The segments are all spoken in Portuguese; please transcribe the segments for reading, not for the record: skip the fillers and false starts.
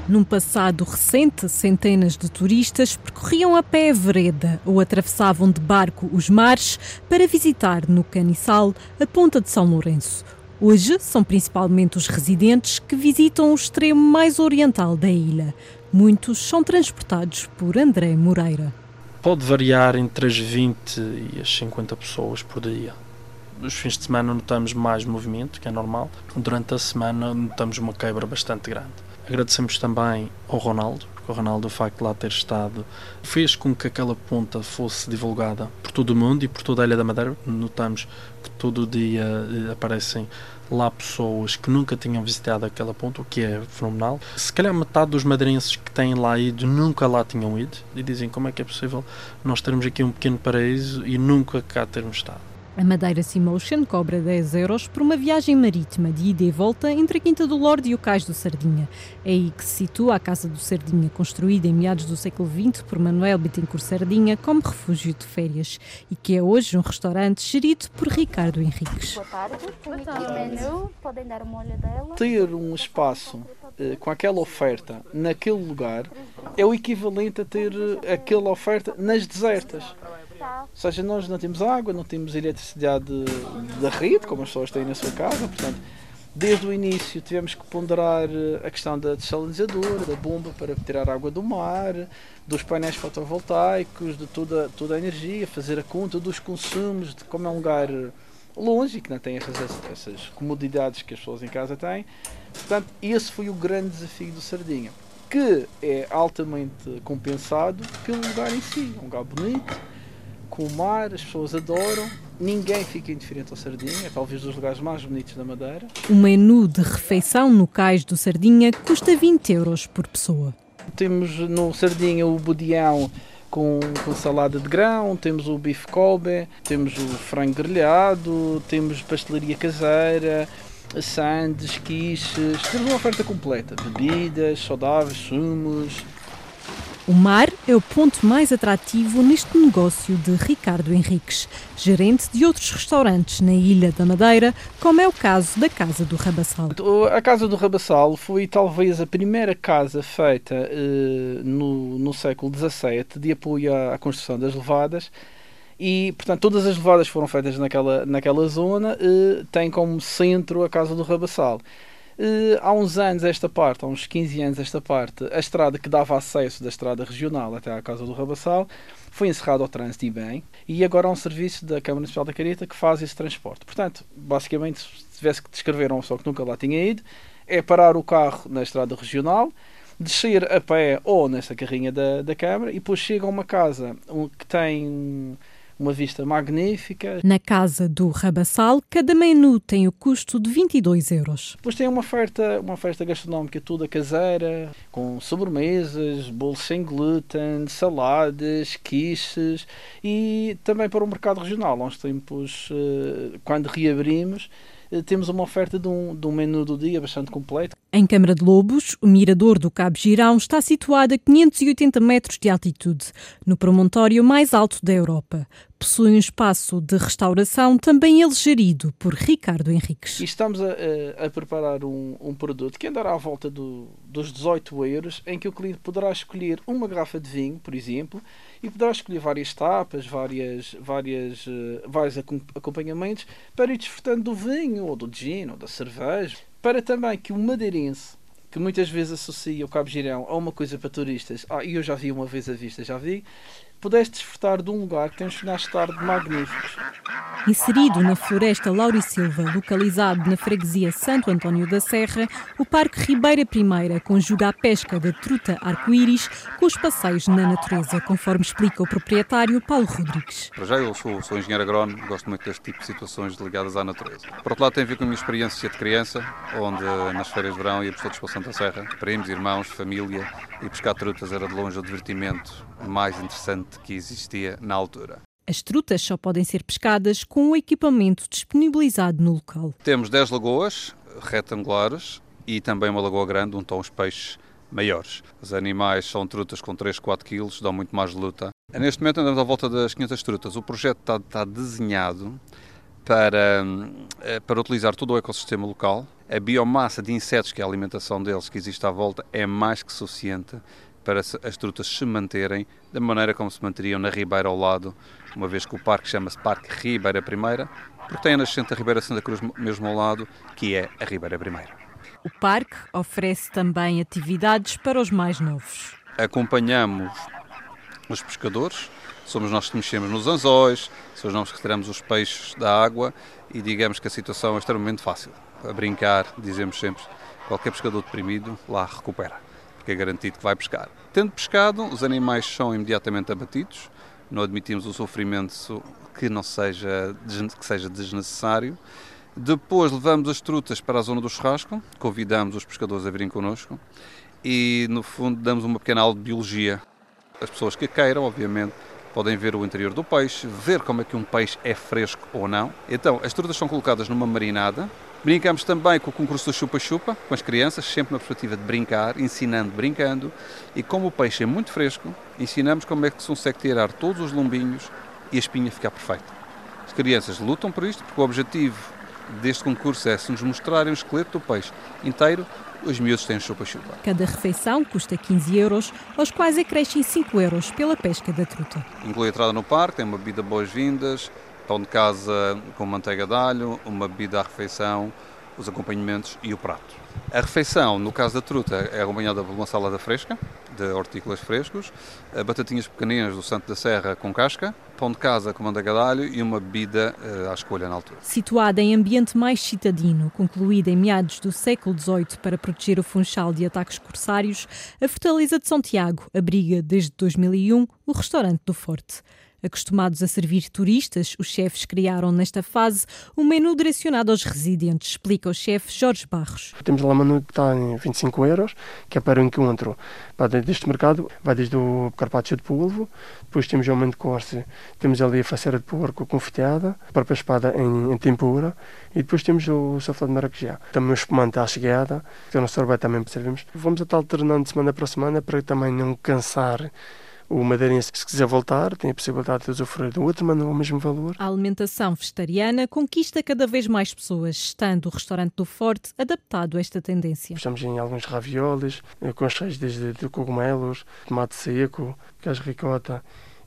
Num passado recente, centenas de turistas percorriam a pé a vereda ou atravessavam de barco os mares para visitar no Caniçal a Ponta de São Lourenço. Hoje são principalmente os residentes que visitam o extremo mais oriental da ilha. Muitos são transportados por André Moreira. Pode variar entre as 20 e as 50 pessoas por dia. Os fins de semana notamos mais movimento, que é normal. Durante a semana notamos uma quebra bastante grande. Agradecemos também ao Ronaldo, porque o Ronaldo, o facto de lá ter estado, fez com que aquela ponta fosse divulgada por todo o mundo e por toda a Ilha da Madeira. Notamos que todo dia aparecem lá pessoas que nunca tinham visitado aquela ponta, o que é fenomenal. Se calhar metade dos madeirenses que têm lá ido nunca lá tinham ido e dizem como é que é possível nós termos aqui um pequeno paraíso e nunca cá termos estado. A Madeira Seamotion cobra 10 euros por uma viagem marítima de ida e volta entre a Quinta do Lorde e o Cais do Sardinha. É aí que se situa a Casa do Sardinha, construída em meados do século XX por Manuel Bittencourt Sardinha como refúgio de férias e que é hoje um restaurante gerido por Ricardo Henriques. Boa tarde, tenho aqui o menu, podem dar uma olhadela. Ter um espaço com aquela oferta naquele lugar é o equivalente a ter aquela oferta nas desertas. Ou seja, nós não temos água, não temos eletricidade da rede, como as pessoas têm na sua casa, portanto, desde o início tivemos que ponderar a questão da desalinizadora, da bomba para tirar água do mar, dos painéis fotovoltaicos, de toda a energia, fazer a conta dos consumos, de como é um lugar longe e que não tem essas comodidades que as pessoas em casa têm. Portanto, esse foi o grande desafio do Sardinha, que é altamente compensado pelo lugar em si. É um lugar bonito, com o mar, as pessoas adoram, ninguém fica indiferente ao Sardinha, é talvez dos lugares mais bonitos da Madeira. O menu de refeição no Cais do Sardinha custa 20 euros por pessoa. Temos no Sardinha o budião com salada de grão, temos o bife Kobe, temos o frango grelhado, temos pastelaria caseira, sandes, quiches, temos uma oferta completa, bebidas, saudáveis, sumos. O mar é o ponto mais atrativo neste negócio de Ricardo Henriques, gerente de outros restaurantes na Ilha da Madeira, como é o caso da Casa do Rabassal. A Casa do Rabassal foi talvez a primeira casa feita no século XVII de apoio à construção das levadas e, portanto, todas as levadas foram feitas naquela zona, tem como centro a Casa do Rabassal. Há uns anos esta parte, há uns 15 anos esta parte, a estrada que dava acesso da estrada regional até à Casa do Rabassal foi encerrada ao trânsito e bem, e agora há um serviço da Câmara Municipal da Careta que faz esse transporte. Portanto, basicamente, se tivesse que descrever a uma pessoa que nunca lá tinha ido, é parar o carro na estrada regional, descer a pé ou nessa carrinha da Câmara e depois chega a uma casa que tem uma vista magnífica. Na Casa do Rabassal, cada menu tem o custo de 22 euros. Depois tem uma oferta gastronómica toda caseira, com sobremesas, bolos sem glúten, saladas, quiches e também para o mercado regional. Há uns tempos, quando reabrimos, temos uma oferta de um menu do dia bastante completo. Em Câmara de Lobos, o mirador do Cabo Girão está situado a 580 metros de altitude, no promontório mais alto da Europa. Possui um espaço de restauração, também ele gerido por Ricardo Henriques. E estamos a preparar um produto que andará à volta dos 18 euros, em que o cliente poderá escolher uma garrafa de vinho, por exemplo, e poderá escolher várias tapas, vários acompanhamentos para ir desfrutando do vinho, ou do gin, ou da cerveja, para também que o madeirense, que muitas vezes associa o Cabo Girão a uma coisa para turistas, e eu já vi uma vez à vista, pudesse desfrutar de um lugar que tem uns finais de tarde magníficos. Inserido na Floresta Laurisilva, localizado na freguesia Santo António da Serra, o Parque Ribeira I conjuga a pesca da truta arco-íris com os passeios na natureza, conforme explica o proprietário Paulo Rodrigues. Para já eu sou engenheiro agrónomo, gosto muito deste tipo de situações ligadas à natureza. Por outro lado tem a ver com a minha experiência de criança, onde nas férias de verão íamos todos para Santa Serra, primos, irmãos, família, e pescar trutas era de longe o divertimento mais interessante que existia na altura. As trutas só podem ser pescadas com o equipamento disponibilizado no local. Temos 10 lagoas retangulares e também uma lagoa grande onde estão os peixes maiores. Os animais são trutas com 3, 4 quilos, dão muito mais luta. Neste momento andamos à volta das 500 trutas. O projeto está desenhado para utilizar todo o ecossistema local A biomassa de insetos, que é a alimentação deles, que existe à volta, é mais que suficiente para as trutas se manterem da maneira como se manteriam na ribeira ao lado, uma vez que o parque chama-se Parque Ribeira Primeira, porque tem a nascente da Ribeira Santa Cruz mesmo ao lado, que é a Ribeira Primeira. O parque oferece também atividades para os mais novos. Acompanhamos os pescadores, somos nós que mexemos nos anzóis, somos nós que retiramos os peixes da água e digamos que a situação é extremamente fácil. A brincar, dizemos sempre, qualquer pescador deprimido lá recupera, porque é garantido que vai pescar. Tendo pescado, os animais são imediatamente abatidos, não admitimos o sofrimento que seja desnecessário. Depois levamos as trutas para a zona do churrasco, convidamos os pescadores a virem connosco e, no fundo, damos uma pequena aula de biologia. As pessoas que queiram, obviamente, podem ver o interior do peixe, ver como é que um peixe é fresco ou não. Então, as trutas são colocadas numa marinada. Brincamos também com o concurso do chupa-chupa, com as crianças, sempre na perspectiva de brincar, ensinando, brincando. E como o peixe é muito fresco, ensinamos como é que se consegue tirar todos os lombinhos e a espinha ficar perfeita. As crianças lutam por isto, porque o objetivo deste concurso é, se nos mostrarem o esqueleto do peixe inteiro, os miúdos têm chupa-chupa. Cada refeição custa 15 euros, aos quais acrescem 5 euros pela pesca da truta. Inclui a entrada no parque, tem uma bebida boas-vindas, pão de casa com manteiga de alho, uma bebida à refeição, os acompanhamentos e o prato. A refeição, no caso da truta, é acompanhada por uma salada fresca, de hortícolas frescos, batatinhas pequeninas do Santo da Serra com casca, pão de casa com manteiga de alho e uma bebida à escolha na altura. Situada em ambiente mais citadino, concluída em meados do século XVIII para proteger o Funchal de ataques corsários, a Fortaleza de São Tiago abriga desde 2001 o restaurante do Forte. Acostumados a servir turistas, os chefes criaram nesta fase um menu direcionado aos residentes, explica o chefe Jorge Barros. Temos lá um menu que está em 25 euros, que é para o encontro. Deste mercado vai desde o carpaccio de polvo, depois temos o aumento de corte, temos ali a faceira de porco confiteada, a própria espada em tempura e depois temos o soflé de maracujá. Também o espumante à chegada, que é o nosso sorbet também servimos. Vamos estar alternando de semana para semana para também não cansar o madeirense. Se quiser voltar, tem a possibilidade de usufruir do outro, mas não ao mesmo valor. A alimentação vegetariana conquista cada vez mais pessoas, estando o restaurante do Forte adaptado a esta tendência. Estamos em alguns raviolis, com os recheios de cogumelos, tomate seco, queijo ricota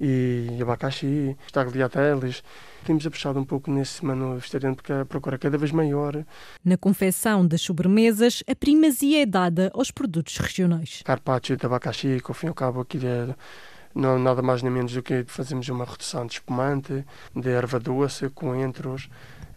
e abacaxi, tagliateles. Temos apostado um pouco nesse menu vegetariano porque a procura é cada vez maior. Na confecção das sobremesas, a primazia é dada aos produtos regionais. Carpaccio de abacaxi, que ao fim e ao cabo aqui não nada mais nem menos do que fazemos uma redução de espumante, de erva doce, coentros,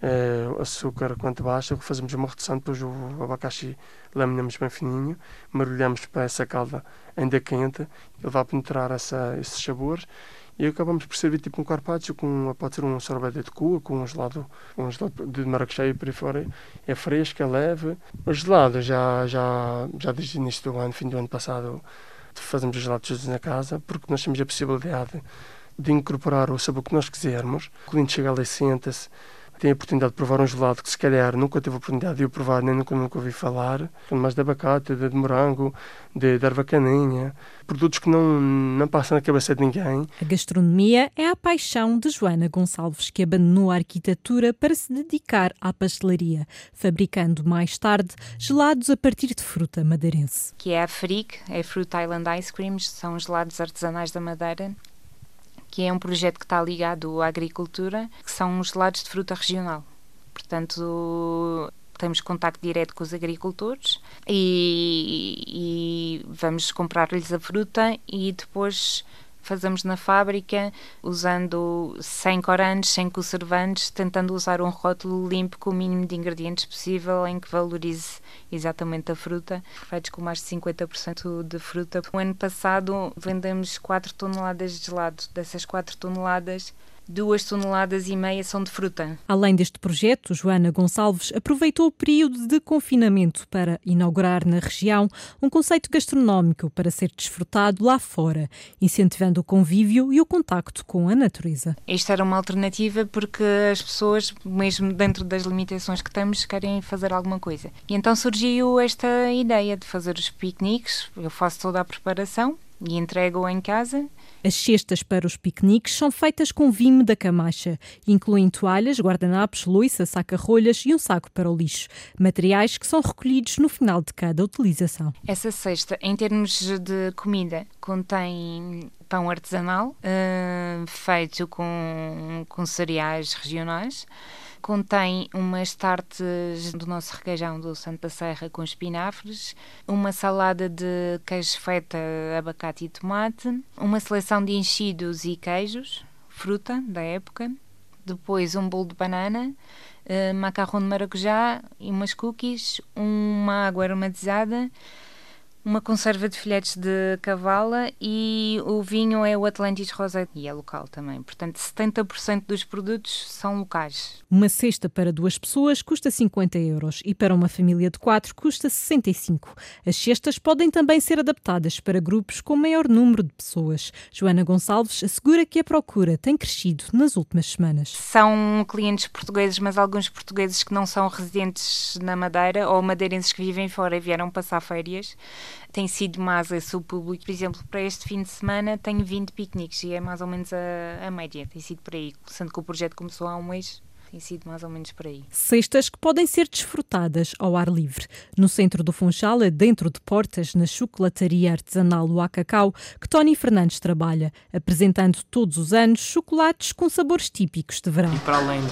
açúcar quanto basta, fazemos uma redução, depois o abacaxi laminamos bem fininho, mergulhamos para essa calda ainda quente, ele vai penetrar esses sabores e acabamos por servir tipo um carpaccio, pode ser um sorbet de cuca, com um gelado de maracujá e por aí fora. É fresco, é leve. O gelado já desde o início do ano, fim do ano passado, fazemos os gelados todos na casa, porque nós temos a possibilidade de incorporar o sabor que nós quisermos. O cliente chega ali, senta-se, tem a oportunidade de provar um gelado que se calhar nunca teve a oportunidade de o provar, nem nunca ouvi falar, mais de abacate, de morango, de erva caninha, produtos que não passam na cabeça de ninguém. A gastronomia é a paixão de Joana Gonçalves, que abandonou a arquitetura para se dedicar à pastelaria, fabricando mais tarde gelados a partir de fruta madeirense. Que é a FRIC, é Fruit Island Ice Creams, são gelados artesanais da Madeira, que é um projeto que está ligado à agricultura, que são os gelados de fruta regional. Portanto, temos contacto direto com os agricultores e vamos comprar-lhes a fruta e depois fazemos na fábrica, usando sem corantes, sem conservantes, tentando usar um rótulo limpo com o mínimo de ingredientes possível, em que valorize exatamente a fruta, feitos com mais de 50% de fruta. No ano passado vendemos 4 toneladas de gelado. Dessas 4 toneladas, 2,5 toneladas são de fruta. Além deste projeto, Joana Gonçalves aproveitou o período de confinamento para inaugurar na região um conceito gastronómico para ser desfrutado lá fora, incentivando o convívio e o contacto com a natureza. Esta era uma alternativa porque as pessoas, mesmo dentro das limitações que temos, querem fazer alguma coisa. E então surgiu esta ideia de fazer os piqueniques. Eu faço toda a preparação e entrego em casa. As cestas para os piqueniques são feitas com vime da Camacha. Incluem toalhas, guardanapos, louça, saca-rolhas e um saco para o lixo. Materiais que são recolhidos no final de cada utilização. Essa cesta, em termos de comida, contém pão artesanal, feito com cereais regionais. Contém umas tartes do nosso requeijão do Santa Serra com espinafres, uma salada de queijo feta, abacate e tomate, uma seleção de enchidos e queijos, fruta da época, depois um bolo de banana, macarrão de maracujá e umas cookies, uma água aromatizada, uma conserva de filhetes de cavala e o vinho é o Atlantis Rosé e é local também. Portanto, 70% dos produtos são locais. Uma cesta para 2 pessoas custa 50 € e para uma família de 4 custa 65. As cestas podem também ser adaptadas para grupos com maior número de pessoas. Joana Gonçalves assegura que a procura tem crescido nas últimas semanas. São clientes portugueses, mas alguns portugueses que não são residentes na Madeira ou madeirenses que vivem fora e vieram passar férias. Tem sido mais esse o público. Por exemplo, para este fim de semana tenho 20 piqueniques e é mais ou menos a média. Tem sido por aí. Sendo que o projeto começou há um mês, tem sido mais ou menos por aí. Cestas que podem ser desfrutadas ao ar livre. No centro do Funchal, dentro de portas, na chocolataria artesanal O Cacau, que Tony Fernandes trabalha, apresentando todos os anos chocolates com sabores típicos de verão. E para além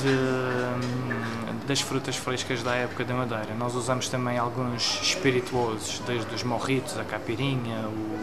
das frutas frescas da época da Madeira, nós usamos também alguns espirituosos, desde os morritos, a caipirinha,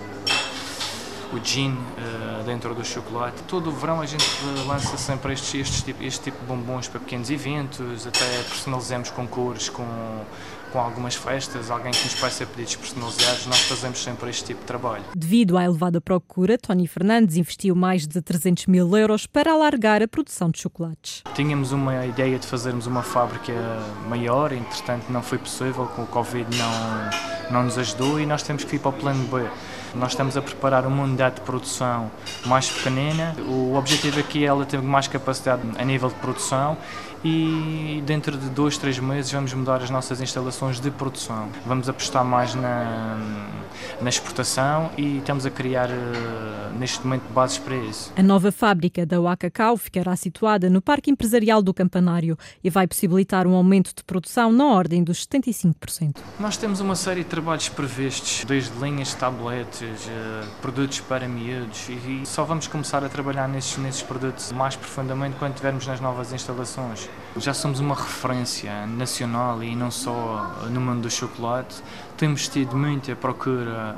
o gin dentro do chocolate. Todo o verão a gente lança sempre este tipo de bombons para pequenos eventos, até personalizamos com cores, com algumas festas, alguém que nos peça pedidos personalizados, nós fazemos sempre este tipo de trabalho. Devido à elevada procura, Tony Fernandes investiu mais de 300 mil € para alargar a produção de chocolates. Tínhamos uma ideia de fazermos uma fábrica maior, entretanto não foi possível, com o Covid não nos ajudou e nós temos que ir para o plano B. Nós estamos a preparar uma unidade de produção mais pequenina. O objetivo aqui é ela ter mais capacidade a nível de produção e dentro de 2-3 meses vamos mudar as nossas instalações de produção. Vamos apostar mais na exportação e estamos a criar neste momento bases para isso. A nova fábrica da O Cacau ficará situada no Parque Empresarial do Campanário e vai possibilitar um aumento de produção na ordem dos 75%. Nós temos uma série de trabalhos previstos, desde linhas de tabletes, produtos para miúdos e só vamos começar a trabalhar nesses produtos mais profundamente quando estivermos nas novas instalações. Já somos uma referência nacional e não só no mundo do chocolate. Temos tido muita procura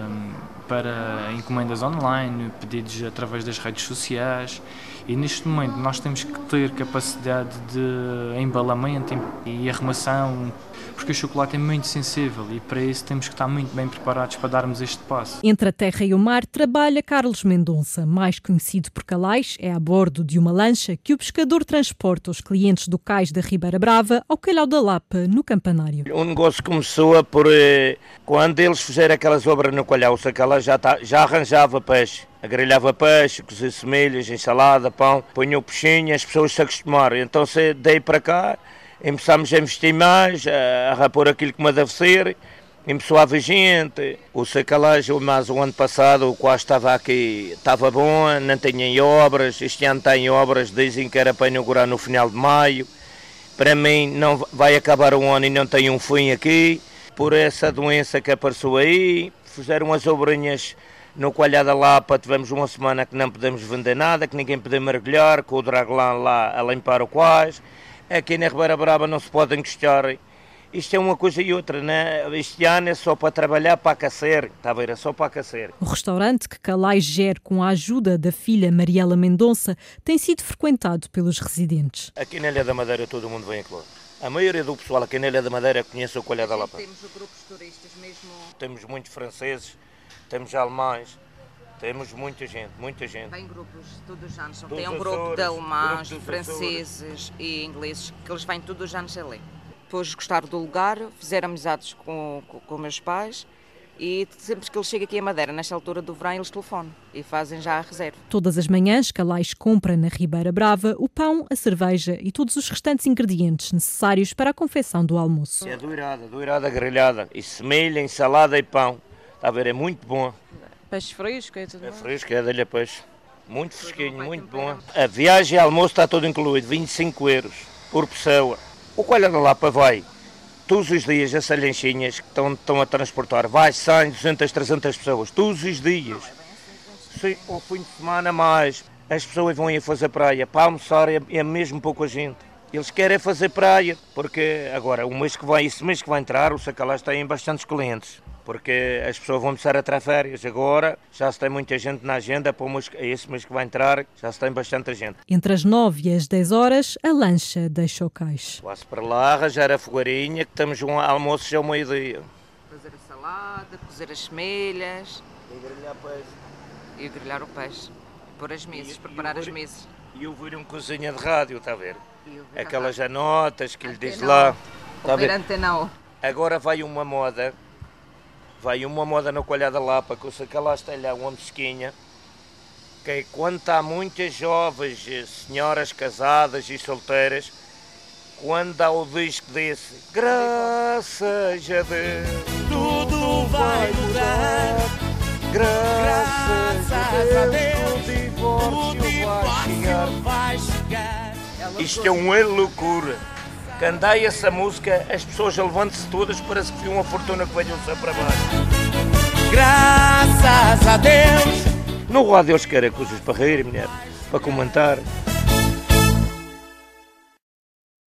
para encomendas online, pedidos através das redes sociais e neste momento nós temos que ter capacidade de embalamento e arrumação, porque o chocolate é muito sensível e para isso temos que estar muito bem preparados para darmos este passo. Entre a terra e o mar trabalha Carlos Mendonça, mais conhecido por Calais. É a bordo de uma lancha que o pescador transporta os clientes do cais da Ribeira Brava ao Calhau da Lapa, no Campanário. O negócio começou por quando eles fizeram aquelas obras no Calhau, o Calhau já arranjava peixe. Grelhava peixe, cozia semilhas, ensalada, pão, punha o peixinho, as pessoas se acostumaram. Então daí para cá começámos a investir mais, a repor aquilo como deve ser, começou a haver gente. O sacalagem, mas o ano passado, quase estava aqui, estava bom, não tinha obras, este ano tem obras, dizem que era para inaugurar no final de maio. Para mim não vai acabar o ano e não tem um fim aqui, por essa doença que apareceu aí, fizeram as obrinhas no Coalhada Lapa, tivemos uma semana que não podemos vender nada, que ninguém podia mergulhar, com o Draglão lá a limpar o quais. Aqui na Ribeira Brava não se pode encostar. Isto é uma coisa e outra, né? Este ano é só para trabalhar, para aquecer, está a ver, é só para aquecer. O restaurante que Calais gera com a ajuda da filha Mariela Mendonça tem sido frequentado pelos residentes. Aqui na Ilha da Madeira todo mundo vem aqui. A maioria do pessoal aqui na Ilha da Madeira conhece o Coalhada Lapa. Temos grupos turistas mesmo. Temos muitos franceses, temos alemães, temos muita gente. Vêm grupos todos os anos. Tem um grupo de alemães, franceses e ingleses que eles vêm todos os anos ali. Depois gostaram do lugar, fizeram amizades com meus pais e sempre que eles chegam aqui a Madeira, nesta altura do verão, eles telefonam e fazem já a reserva. Todas as manhãs, Calais compra na Ribeira Brava o pão, a cerveja e todos os restantes ingredientes necessários para a confecção do almoço. É doirada grelhada, e semilha, ensalada e pão. Está a ver, é muito bom. peixe fresco e tudo É mais. fresco, é de peixe. Muito fresquinho, muito bom. A viagem e almoço está tudo incluído, 25 euros por pessoa. O Coelho da Lapa vai todos os dias a Salhanchinhas que estão a transportar. Vai 100, 200, 300 pessoas, todos os dias. Sim, ao fim de semana mais. As pessoas vão ir fazer praia. Para almoçar é mesmo pouca gente. Eles querem fazer praia, porque agora, esse mês que vai entrar, o Sacalás tem bastantes clientes. Porque as pessoas vão começar a tirar férias. Agora já se tem muita gente na agenda, para esse mês que vai entrar já se tem bastante gente. Entre as 9 e as 10 horas, a lancha deixa o cais. Passo para lá, arranjar a fogarinha, que estamos um almoço já ao meio-dia. Fazer a salada, cozer as semelhas. E grelhar peixe. E grelhar o peixe. Pôr as mesas, preparar as mesas. E ouvir cozinha de rádio, está a ver? Aquelas a anotas que lhe diz lá. Está a ver? Antenão. Agora vai uma moda no Coelho da Lapa, que o Sacalás tem lá uma mesquinha, que é quando está muitas jovens, senhoras casadas e solteiras, quando dá o disco desse, graças a Deus, tudo vai mudar, graças a Deus, o divórcio vai chegar. Isto é uma loucura. Quando há essa música, as pessoas levantam-se todas, parece que foi uma fortuna que veio só para baixo. Graças a Deus. No rádio eles querem coisas para rir, mulher, para comentar.